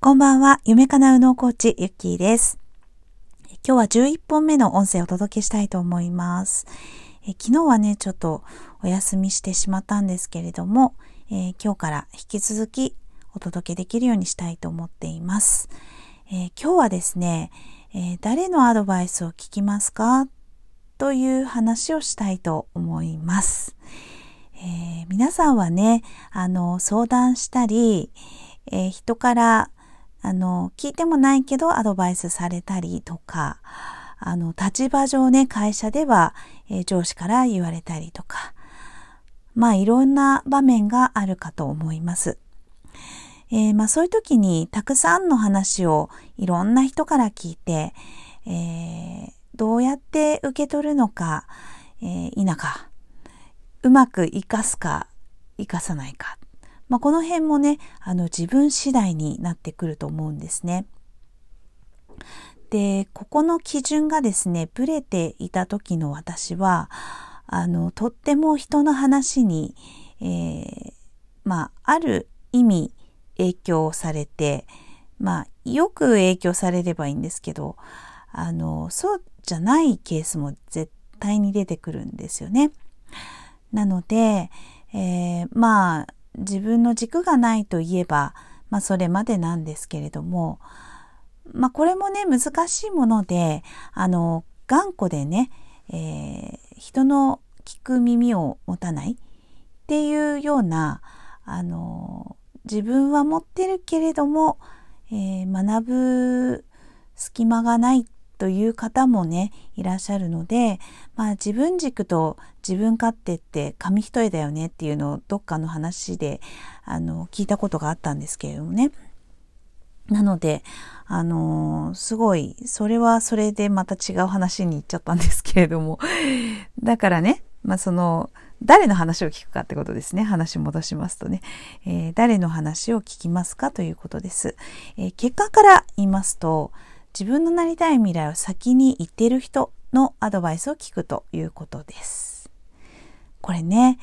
こんばんは、夢かなうのコーチ、ゆっきーです。今日は11本目の音声をお届けしたいと思います。昨日はね、ちょっとお休みしてしまったんですけれども、今日から引き続きお届けできるようにしたいと思っています。今日はですね、誰のアドバイスを聞きますかという話をしたいと思います。皆さんはね、相談したり、人から聞いてもないけどアドバイスされたりとか、立場上ね、会社では、上司から言われたりとか、いろんな場面があるかと思います。そういう時にたくさんの話をいろんな人から聞いて、どうやって受け取るのか、否か、うまく活かすか、活かさないか。この辺もね、自分次第になってくると思うんですね。で、ここの基準がですね、ブレていた時の私は、とっても人の話に、ある意味影響されて、よく影響されればいいんですけど、そうじゃないケースも絶対に出てくるんですよね。なので、自分の軸がないといえば、それまでなんですけれども、これもね、難しいもので、頑固でね、人の聞く耳を持たないっていうような、自分は持ってるけれども、学ぶ隙間がないという方もね、いらっしゃるので、自分軸と自分勝手って紙一重だよねっていうのをどっかの話で聞いたことがあったんですけれどもね。なので、すごい、それはそれでまた違う話に行っちゃったんですけれども。だからね、誰の話を聞くかってことですね。話戻しますとね。誰の話を聞きますかということです。結果から言いますと、自分のなりたい未来を先に言っている人のアドバイスを聞くということです。これね、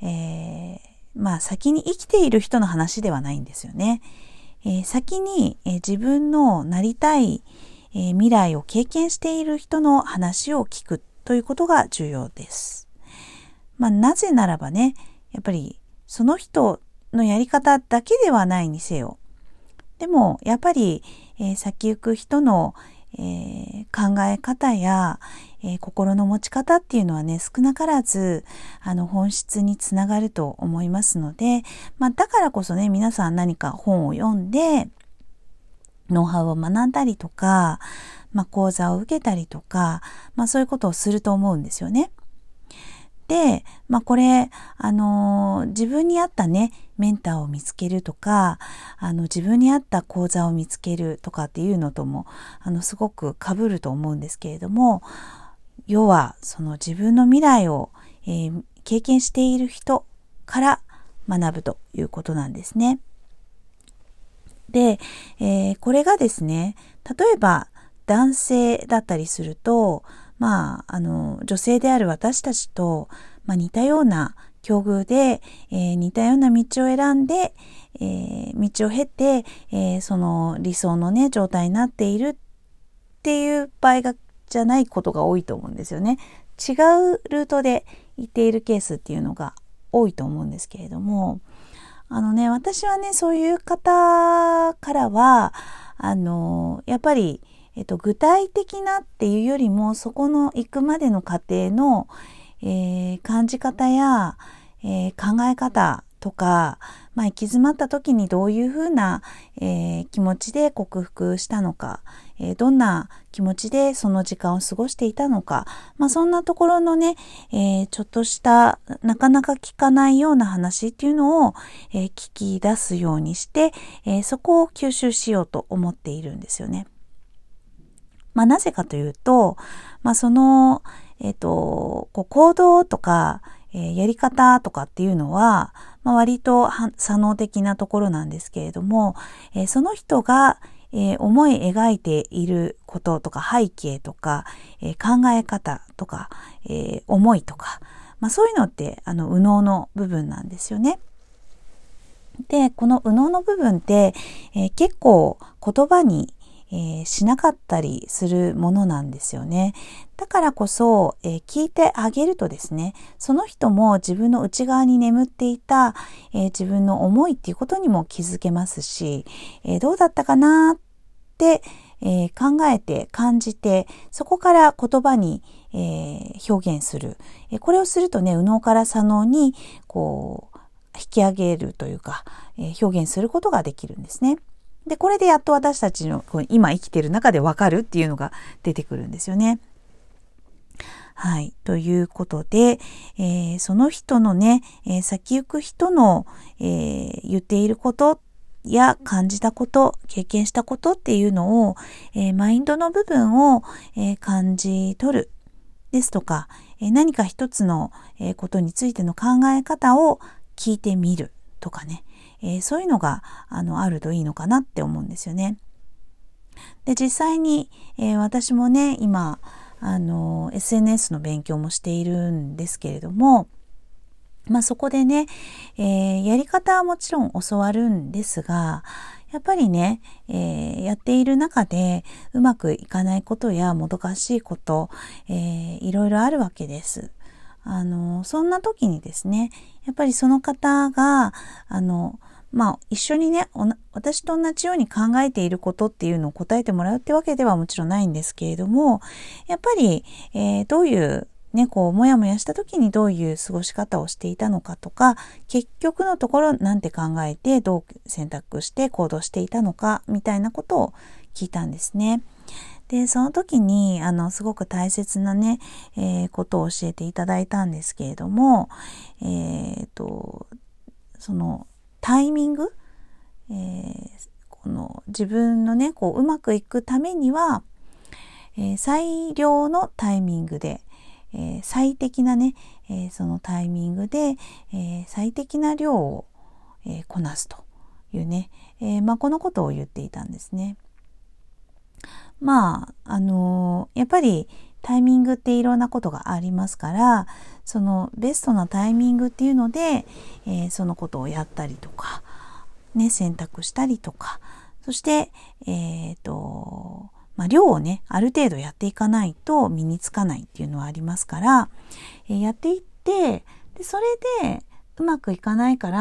先に生きている人の話ではないんですよね。先に、自分のなりたい、未来を経験している人の話を聞くということが重要です。なぜならばね、やっぱりその人のやり方だけではないにせよ。でもやっぱり、先行く人の、考え方や、心の持ち方っていうのはね、少なからず本質につながると思いますので、だからこそね、皆さん何か本を読んでノウハウを学んだりとか、講座を受けたりとか、そういうことをすると思うんですよね。で、これ、自分に合ったね、メンターを見つけるとか、自分に合った講座を見つけるとかっていうのとも、すごく被ると思うんですけれども、要は、その自分の未来を、経験している人から学ぶということなんですね。で、これがですね、例えば男性だったりすると、女性である私たちと、似たような境遇で、似たような道を選んで、道を経て、その理想のね、状態になっているっていう場合じゃないことが多いと思うんですよね。違うルートで行っているケースっていうのが多いと思うんですけれども、私はね、そういう方からは、やっぱり、具体的なっていうよりも、そこの行くまでの過程の、感じ方や、考え方とか、行き詰まった時にどういうふうな、気持ちで克服したのか、どんな気持ちでその時間を過ごしていたのか、そんなところのね、ちょっとしたなかなか聞かないような話っていうのを、聞き出すようにして、そこを吸収しようと思っているんですよね。なぜかというと、その、行動とか、やり方とかっていうのは、割と作能的なところなんですけれども、その人が、思い描いていることとか背景とか、考え方とか、思いとか、そういうのって右脳の部分なんですよね。で、この右脳の部分って、結構言葉に、しなかったりするものなんですよね。だからこそ、聞いてあげるとですね、その人も自分の内側に眠っていた、自分の思いっていうことにも気づけますし、どうだったかなって、考えて感じて、そこから言葉に、表現する。これをするとね、右脳から左脳にこう引き上げるというか、表現することができるんですね。で、これでやっと私たちの今生きている中でわかるっていうのが出てくるんですよね。はい。ということで、その人のね、先行く人の、言っていることや感じたこと、経験したことっていうのを、マインドの部分を、感じ取るですとか、何か一つの、ことについての考え方を聞いてみるとかね、そういうのがあるといいのかなって思うんですよね。で、実際に、私もね、今SNS の勉強もしているんですけれども、そこでね、やり方はもちろん教わるんですが、やっぱりね、やっている中でうまくいかないことやもどかしいこと、いろいろあるわけです。そんな時にですね、やっぱりその方が、一緒にね、私と同じように考えていることっていうのを答えてもらうってわけではもちろんないんですけれども、やっぱり、どういうね、もやもやした時にどういう過ごし方をしていたのかとか、結局のところなんて考えてどう選択して行動していたのかみたいなことを聞いたんですね。で、その時にすごく大切なね、ことを教えていただいたんですけれども、そのタイミング、この自分のね、うまくいくためには、最良のタイミングで、最適なね、そのタイミングで、最適な量を、こなすというね、このことを言っていたんですね。やっぱりタイミングっていろんなことがありますから、そのベストなタイミングっていうので、そのことをやったりとか、ね、選択したりとか、そして、量をね、ある程度やっていかないと身につかないっていうのはありますから、やっていって、で、それでうまくいかないから、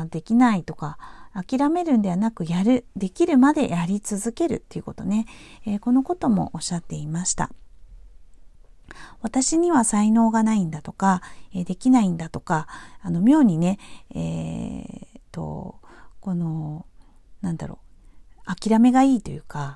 できないとか、諦めるんではなくできるまでやり続けるっていうことね、このこともおっしゃっていました。私には才能がないんだとか、できないんだとか、妙にね、諦めがいいというか、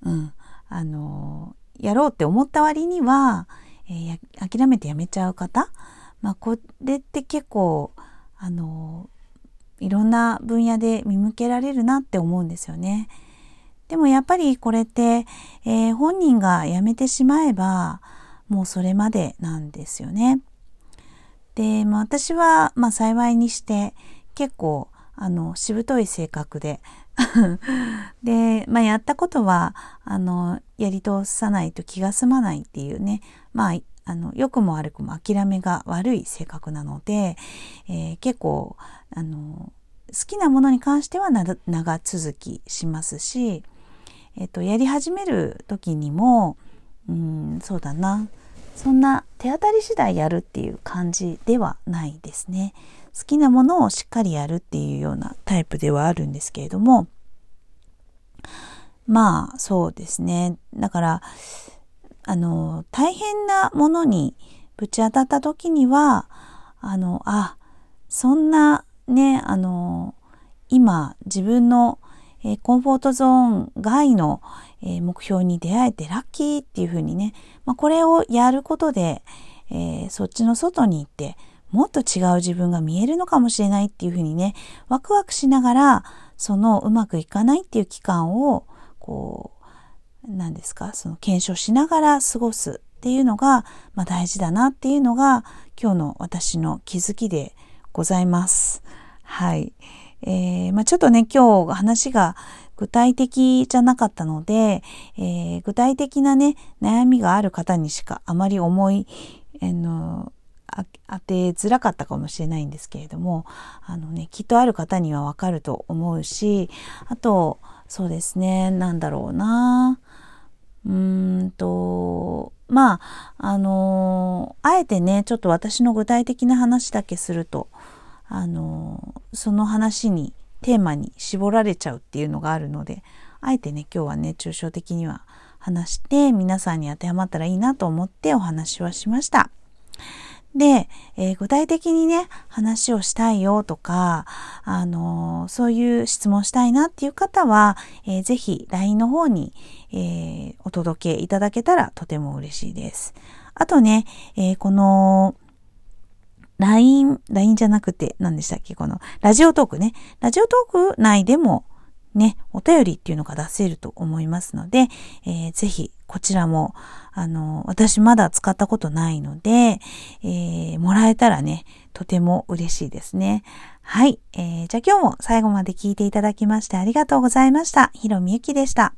やろうって思った割には、諦めてやめちゃう方、これって結構、いろんな分野で見向けられるなって思うんですよね。でもやっぱりこれって、本人がやめてしまえば、もうそれまでなんですよね。で、私は、幸いにして結構、しぶとい性格で、で、やったことは、やり通さないと気が済まないっていうね、良くも悪くも諦めが悪い性格なので、結構、好きなものに関しては長続きしますし、やり始める時にも、そうだな、そんな手当たり次第やるっていう感じではないですね。好きなものをしっかりやるっていうようなタイプではあるんですけれども、そうですね。だから、大変なものにぶち当たった時には、そんなね、今自分のコンフォートゾーン外の目標に出会えてラッキーっていうふうにね、これをやることで、そっちの外に行ってもっと違う自分が見えるのかもしれないっていうふうにね、ワクワクしながらそのうまくいかないっていう期間をその検証しながら過ごすっていうのが、大事だなっていうのが今日の私の気づきでございます。はい。ちょっとね、今日話が具体的じゃなかったので、具体的なね、悩みがある方にしかあまり当てづらかったかもしれないんですけれども、きっとある方にはわかると思うし、あと、 そうですね、なんだろうな。あえてね、ちょっと私の具体的な話だけすると、その話に、テーマに絞られちゃうっていうのがあるので、あえてね、今日はね、抽象的には話して、皆さんに当てはまったらいいなと思ってお話はしました。で、具体的にね、話をしたいよとか、そういう質問したいなっていう方は、ぜひ LINE の方に、お届けいただけたらとても嬉しいです。あとね、この LINE じゃなくて、何でしたっけ、このラジオトークね。ラジオトーク内でもね、お便りっていうのが出せると思いますので、ぜひこちらも、私まだ使ったことないので、もらえたらね、とても嬉しいですね。はい。じゃあ今日も最後まで聞いていただきましてありがとうございました。ひろみゆきでした。